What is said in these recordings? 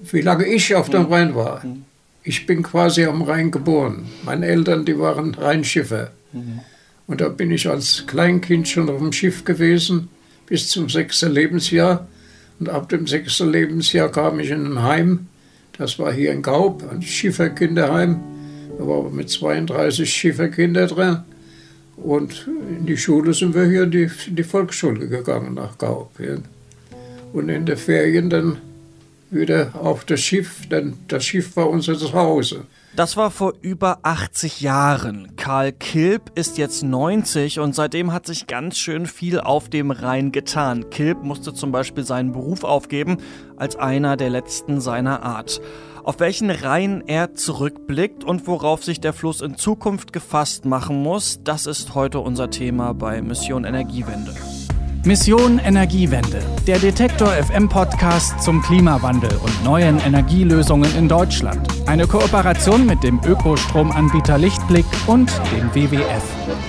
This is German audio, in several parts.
wie lange ich auf dem Rhein war. Ich bin quasi am Rhein geboren. Meine Eltern, die waren Rheinschiffer. Und da bin ich als Kleinkind schon auf dem Schiff gewesen, bis zum 6. Lebensjahr. Und ab dem 6. Lebensjahr kam ich in ein Heim. Das war hier in Gaub, ein Schifferkinderheim. Da waren wir mit 32 Schifferkindern drin. Und in die Schule sind wir hier in die Volksschule gegangen nach Gaub. Ja. Und in den Ferien dann wieder auf das Schiff, denn das Schiff war unser Zuhause. Das war vor über 80 Jahren. Karl Kilp ist jetzt 90 und seitdem hat sich ganz schön viel auf dem Rhein getan. Kilp musste zum Beispiel seinen Beruf aufgeben, als einer der letzten seiner Art. Auf welchen Rhein er zurückblickt und worauf sich der Fluss in Zukunft gefasst machen muss, das ist heute unser Thema bei Mission Energiewende. Mission Energiewende, der Detektor FM Podcast zum Klimawandel und neuen Energielösungen in Deutschland. Eine Kooperation mit dem Ökostromanbieter Lichtblick und dem WWF.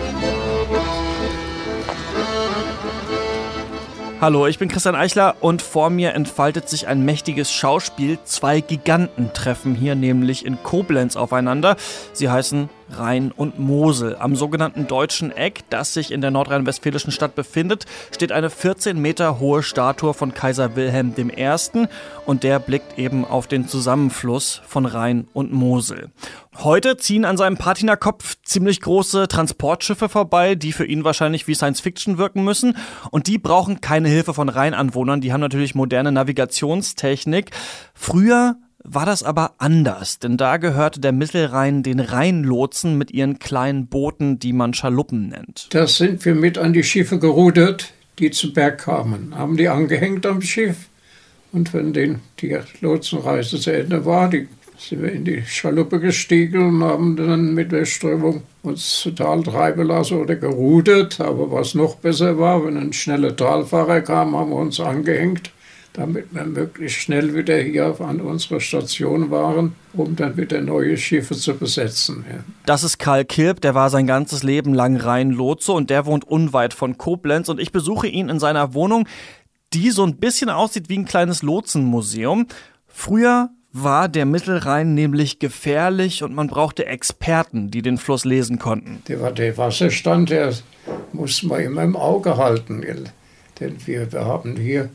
Hallo, ich bin Christian Eichler und vor mir entfaltet sich ein mächtiges Schauspiel. 2 Giganten treffen hier nämlich in Koblenz aufeinander. Sie heißen Rhein und Mosel. Am sogenannten Deutschen Eck, das sich in der nordrhein-westfälischen Stadt befindet, steht eine 14 Meter hohe Statue von Kaiser Wilhelm I. Und der blickt eben auf den Zusammenfluss von Rhein und Mosel. Heute ziehen an seinem Patinerkopf ziemlich große Transportschiffe vorbei, die für ihn wahrscheinlich wie Science-Fiction wirken müssen. Und die brauchen keine Hilfe von Rheinanwohnern. Die haben natürlich moderne Navigationstechnik. Früher war das aber anders, denn da gehörte der Mittelrhein den Rheinlotsen mit ihren kleinen Booten, die man Schaluppen nennt. Da sind wir mit an die Schiffe gerudert, die zu Berg kamen. Haben die angehängt am Schiff und wenn die Lotsenreise zu Ende war, sind wir in die Schaluppe gestiegen und haben dann mit der Strömung uns total treiben lassen oder gerudert. Aber was noch besser war, wenn ein schneller Talfahrer kam, haben wir uns angehängt, damit wir möglichst schnell wieder hier an unserer Station waren, um dann wieder neue Schiffe zu besetzen. Ja. Das ist Karl Kilp, der war sein ganzes Leben lang Rheinlotse und der wohnt unweit von Koblenz und ich besuche ihn in seiner Wohnung, die so ein bisschen aussieht wie ein kleines Lotsenmuseum. Früher war der Mittelrhein nämlich gefährlich und man brauchte Experten, die den Fluss lesen konnten. Der Wasserstand, der muss man immer im Auge halten, denn wir haben hier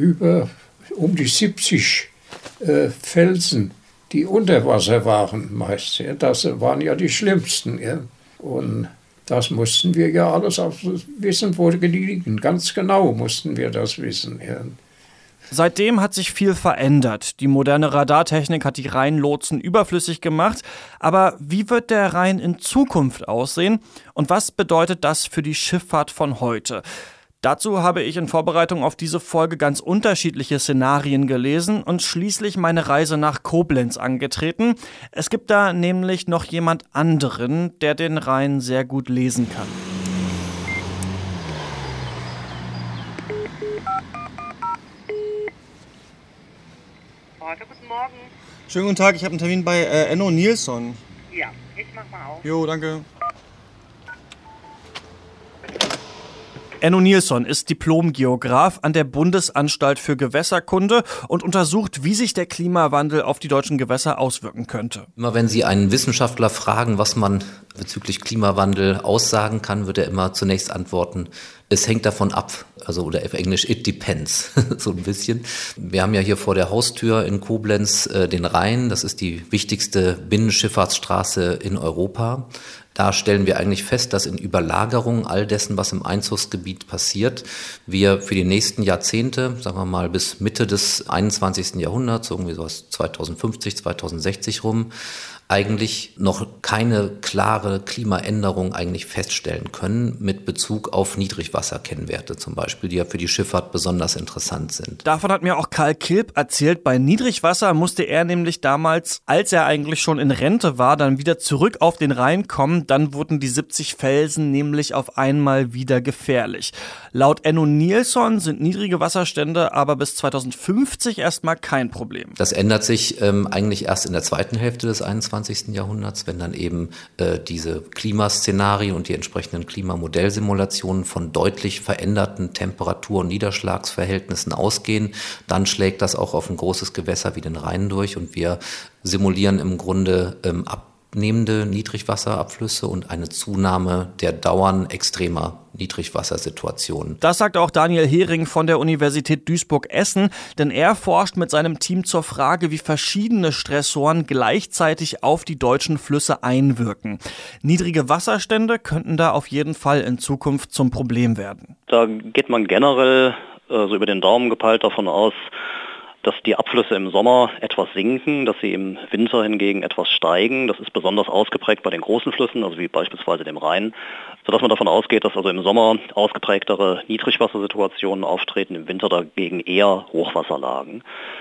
um die 70 Felsen, die unter Wasser waren meist. Ja. Das waren ja die schlimmsten. Ja. Und das mussten wir ja alles wissen, wo die liegen. Ganz genau mussten wir das wissen. Ja. Seitdem hat sich viel verändert. Die moderne Radartechnik hat die Rheinlotsen überflüssig gemacht. Aber wie wird der Rhein in Zukunft aussehen? Und was bedeutet das für die Schifffahrt von heute? Dazu habe ich in Vorbereitung auf diese Folge ganz unterschiedliche Szenarien gelesen und schließlich meine Reise nach Koblenz angetreten. Es gibt da nämlich noch jemand anderen, der den Rhein sehr gut lesen kann. Guten Morgen. Schönen guten Tag, ich habe einen Termin bei Enno Nilsson. Ja, ich mach mal auf. Jo, danke. Enno Nilsson ist Diplom-Geograf an der Bundesanstalt für Gewässerkunde und untersucht, wie sich der Klimawandel auf die deutschen Gewässer auswirken könnte. Immer wenn Sie einen Wissenschaftler fragen, was man bezüglich Klimawandel aussagen kann, wird er immer zunächst antworten, es hängt davon ab. Also oder auf Englisch, it depends, so ein bisschen. Wir haben ja hier vor der Haustür in Koblenz den Rhein. Das ist die wichtigste Binnenschifffahrtsstraße in Europa. Da stellen wir eigentlich fest, dass in Überlagerung all dessen, was im Einzugsgebiet passiert, wir für die nächsten Jahrzehnte, sagen wir mal bis Mitte des 21. Jahrhunderts, irgendwie so was 2050, 2060 rum, eigentlich noch keine klare Klimaänderung eigentlich feststellen können mit Bezug auf Niedrigwasserkennwerte zum Beispiel, die ja für die Schifffahrt besonders interessant sind. Davon hat mir auch Karl Kilp erzählt. Bei Niedrigwasser musste er nämlich damals, als er eigentlich schon in Rente war, dann wieder zurück auf den Rhein kommen. Dann wurden die 70 Felsen nämlich auf einmal wieder gefährlich. Laut Enno Nilsson sind niedrige Wasserstände aber bis 2050 erstmal kein Problem. Das ändert sich eigentlich erst in der zweiten Hälfte des 21. 21. Jahrhunderts, wenn dann eben diese Klimaszenarien und die entsprechenden Klimamodellsimulationen von deutlich veränderten Temperatur- und Niederschlagsverhältnissen ausgehen, dann schlägt das auch auf ein großes Gewässer wie den Rhein durch und wir simulieren im Grunde abnehmende Niedrigwasserabflüsse und eine Zunahme der Dauern extremer Niedrigwassersituationen. Das sagt auch Daniel Hering von der Universität Duisburg-Essen, denn er forscht mit seinem Team zur Frage, wie verschiedene Stressoren gleichzeitig auf die deutschen Flüsse einwirken. Niedrige Wasserstände könnten da auf jeden Fall in Zukunft zum Problem werden. Da geht man generell so über den Daumen gepeilt davon aus, dass die Abflüsse im Sommer etwas sinken, dass sie im Winter hingegen etwas steigen. Das ist besonders ausgeprägt bei den großen Flüssen, also wie beispielsweise dem Rhein, sodass man davon ausgeht, dass also im Sommer ausgeprägtere Niedrigwassersituationen auftreten, im Winter dagegen eher Hochwasserlagen.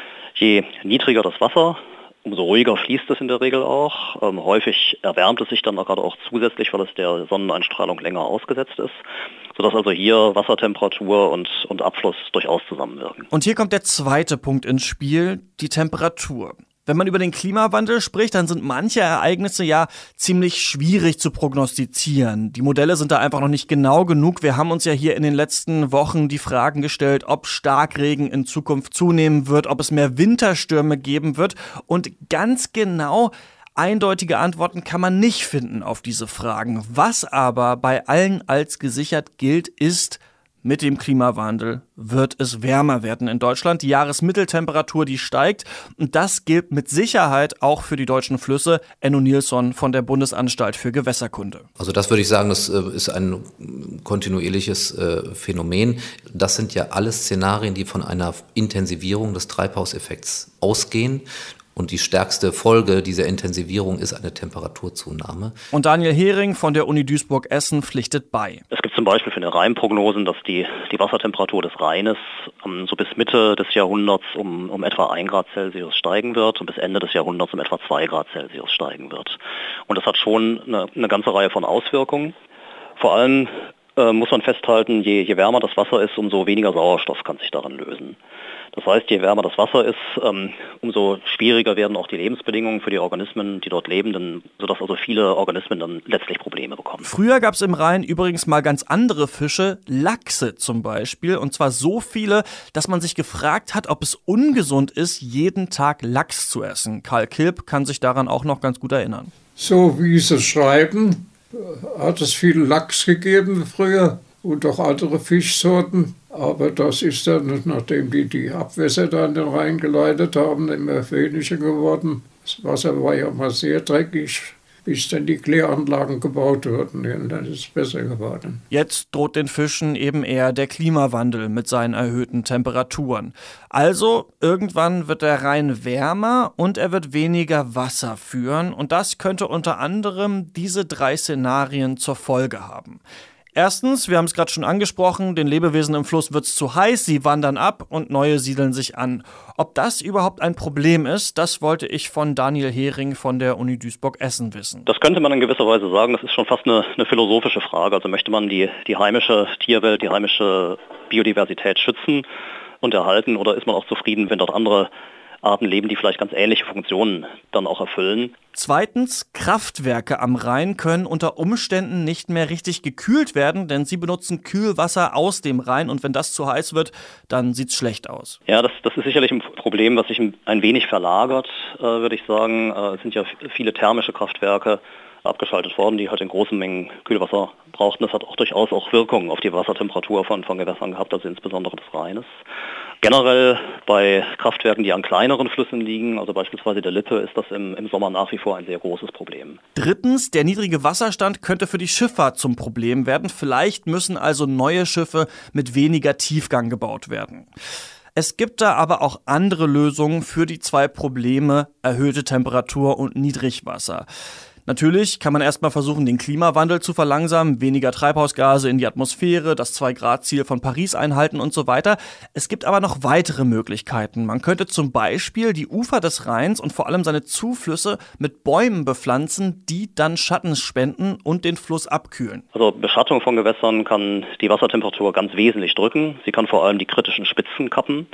Je niedriger das Wasser, umso ruhiger fließt es in der Regel auch. Häufig erwärmt es sich dann gerade auch zusätzlich, weil es der Sonneneinstrahlung länger ausgesetzt ist, sodass also hier Wassertemperatur und Abfluss durchaus zusammenwirken. Und hier kommt der zweite Punkt ins Spiel, die Temperatur. Wenn man über den Klimawandel spricht, dann sind manche Ereignisse ja ziemlich schwierig zu prognostizieren. Die Modelle sind da einfach noch nicht genau genug. Wir haben uns ja hier in den letzten Wochen die Fragen gestellt, ob Starkregen in Zukunft zunehmen wird, ob es mehr Winterstürme geben wird. Und ganz genau eindeutige Antworten kann man nicht finden auf diese Fragen. Was aber bei allen als gesichert gilt, ist, mit dem Klimawandel wird es wärmer werden in Deutschland. Die Jahresmitteltemperatur, die steigt. Und das gilt mit Sicherheit auch für die deutschen Flüsse. Enno Nilsson von der Bundesanstalt für Gewässerkunde. Also das würde ich sagen, das ist ein kontinuierliches Phänomen. Das sind ja alles Szenarien, die von einer Intensivierung des Treibhauseffekts ausgehen. Und die stärkste Folge dieser Intensivierung ist eine Temperaturzunahme. Und Daniel Hering von der Uni Duisburg-Essen pflichtet bei. Es gibt zum Beispiel für eine Rheinprognosen, dass die Wassertemperatur des Rheines so bis Mitte des Jahrhunderts um etwa 1 Grad Celsius steigen wird und bis Ende des Jahrhunderts um etwa 2 Grad Celsius steigen wird. Und das hat schon eine ganze Reihe von Auswirkungen. Vor allem muss man festhalten, je wärmer das Wasser ist, umso weniger Sauerstoff kann sich darin lösen. Das heißt, je wärmer das Wasser ist, umso schwieriger werden auch die Lebensbedingungen für die Organismen, die dort leben, sodass also viele Organismen dann letztlich Probleme bekommen. Früher gab es im Rhein übrigens mal ganz andere Fische, Lachse zum Beispiel, und zwar so viele, dass man sich gefragt hat, ob es ungesund ist, jeden Tag Lachs zu essen. Karl Kilp kann sich daran auch noch ganz gut erinnern. So wie Sie schreiben, hat es viel Lachs gegeben früher und auch andere Fischsorten. Aber das ist dann, nachdem die Abwässer da in den Rhein geleitet haben, immer weniger geworden. Das Wasser war ja mal sehr dreckig, bis dann die Kläranlagen gebaut wurden. Und dann ist es besser geworden. Jetzt droht den Fischen eben eher der Klimawandel mit seinen erhöhten Temperaturen. Also irgendwann wird der Rhein wärmer und er wird weniger Wasser führen. Und das könnte unter anderem diese 3 Szenarien zur Folge haben. Erstens, wir haben es gerade schon angesprochen, den Lebewesen im Fluss wird es zu heiß, sie wandern ab und neue siedeln sich an. Ob das überhaupt ein Problem ist, das wollte ich von Daniel Hering von der Uni Duisburg-Essen wissen. Das könnte man in gewisser Weise sagen, das ist schon fast eine philosophische Frage. Also möchte man die heimische Tierwelt, die heimische Biodiversität schützen und erhalten, oder ist man auch zufrieden, wenn dort andere Arten leben, die vielleicht ganz ähnliche Funktionen dann auch erfüllen. Zweitens, Kraftwerke am Rhein können unter Umständen nicht mehr richtig gekühlt werden, denn sie benutzen Kühlwasser aus dem Rhein und wenn das zu heiß wird, dann sieht es schlecht aus. Ja, das ist sicherlich ein Problem, was sich ein wenig verlagert, würde ich sagen. Es sind ja viele thermische Kraftwerke abgeschaltet worden, die halt in großen Mengen Kühlwasser brauchten. Das hat auch durchaus auch Wirkungen auf die Wassertemperatur von Gewässern gehabt, also insbesondere des Rheines. Generell bei Kraftwerken, die an kleineren Flüssen liegen, also beispielsweise der Lippe, ist das im Sommer nach wie vor ein sehr großes Problem. Drittens, der niedrige Wasserstand könnte für die Schifffahrt zum Problem werden. Vielleicht müssen also neue Schiffe mit weniger Tiefgang gebaut werden. Es gibt da aber auch andere Lösungen für die 2 Probleme, erhöhte Temperatur und Niedrigwasser. Natürlich kann man erstmal versuchen, den Klimawandel zu verlangsamen, weniger Treibhausgase in die Atmosphäre, das 2-Grad-Ziel von Paris einhalten und so weiter. Es gibt aber noch weitere Möglichkeiten. Man könnte zum Beispiel die Ufer des Rheins und vor allem seine Zuflüsse mit Bäumen bepflanzen, die dann Schatten spenden und den Fluss abkühlen. Also Beschattung von Gewässern kann die Wassertemperatur ganz wesentlich drücken. Sie kann vor allem die kritischen Spitzen kappen.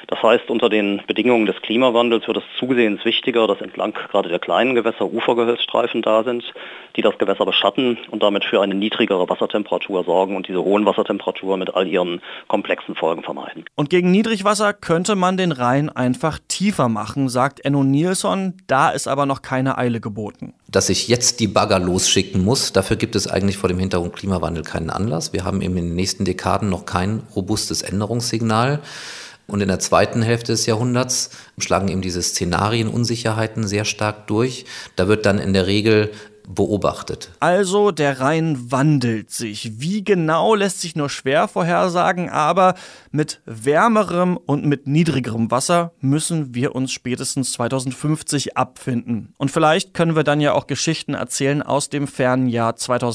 Das heißt, unter den Bedingungen des Klimawandels wird es zusehends wichtiger, dass entlang gerade der kleinen Gewässer Ufergehölzstreifen da sind, die das Gewässer beschatten und damit für eine niedrigere Wassertemperatur sorgen und diese hohen Wassertemperaturen mit all ihren komplexen Folgen vermeiden. Und gegen Niedrigwasser könnte man den Rhein einfach tiefer machen, sagt Enno Nilsson. Da ist aber noch keine Eile geboten. Dass ich jetzt die Bagger losschicken muss, dafür gibt es eigentlich vor dem Hintergrund Klimawandel keinen Anlass. Wir haben eben in den nächsten Dekaden noch kein robustes Änderungssignal. Und in der zweiten Hälfte des Jahrhunderts schlagen eben diese Szenarienunsicherheiten sehr stark durch. Da wird dann in der Regel beobachtet. Also der Rhein wandelt sich. Wie genau lässt sich nur schwer vorhersagen, aber mit wärmerem und mit niedrigerem Wasser müssen wir uns spätestens 2050 abfinden. Und vielleicht können wir dann ja auch Geschichten erzählen aus dem fernen Jahr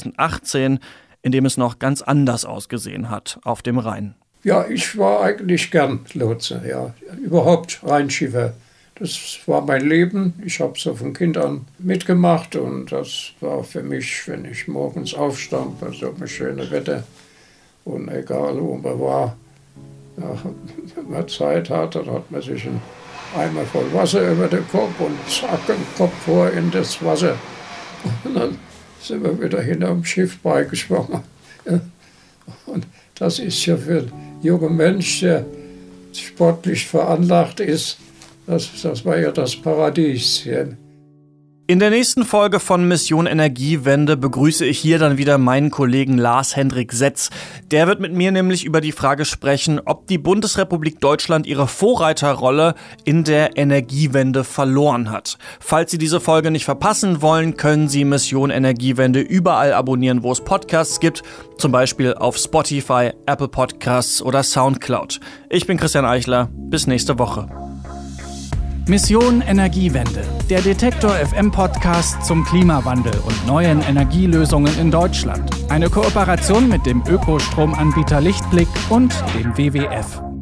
2018, in dem es noch ganz anders ausgesehen hat auf dem Rhein. Ja, ich war eigentlich gern Lotse, ja. Überhaupt Rheinschiffer. Das war mein Leben. Ich habe so von Kind an mitgemacht und das war für mich, wenn ich morgens aufstand, bei so einem schönen Wetter und egal wo man war, ja, wenn man Zeit hatte, dann hat man sich einen Eimer voll Wasser über den Kopf und zack, den Kopf vor in das Wasser. Und dann sind wir wieder hinterm Schiff beigeschwommen. Ja. Und das ist ja für einen jungen Mensch, der sportlich veranlagt ist, das war ja das Paradies. Ja. In der nächsten Folge von Mission Energiewende begrüße ich hier dann wieder meinen Kollegen Lars-Hendrik Setz. Der wird mit mir nämlich über die Frage sprechen, ob die Bundesrepublik Deutschland ihre Vorreiterrolle in der Energiewende verloren hat. Falls Sie diese Folge nicht verpassen wollen, können Sie Mission Energiewende überall abonnieren, wo es Podcasts gibt, zum Beispiel auf Spotify, Apple Podcasts oder Soundcloud. Ich bin Christian Eichler, bis nächste Woche. Mission Energiewende, der Detektor FM Podcast zum Klimawandel und neuen Energielösungen in Deutschland. Eine Kooperation mit dem Ökostromanbieter Lichtblick und dem WWF.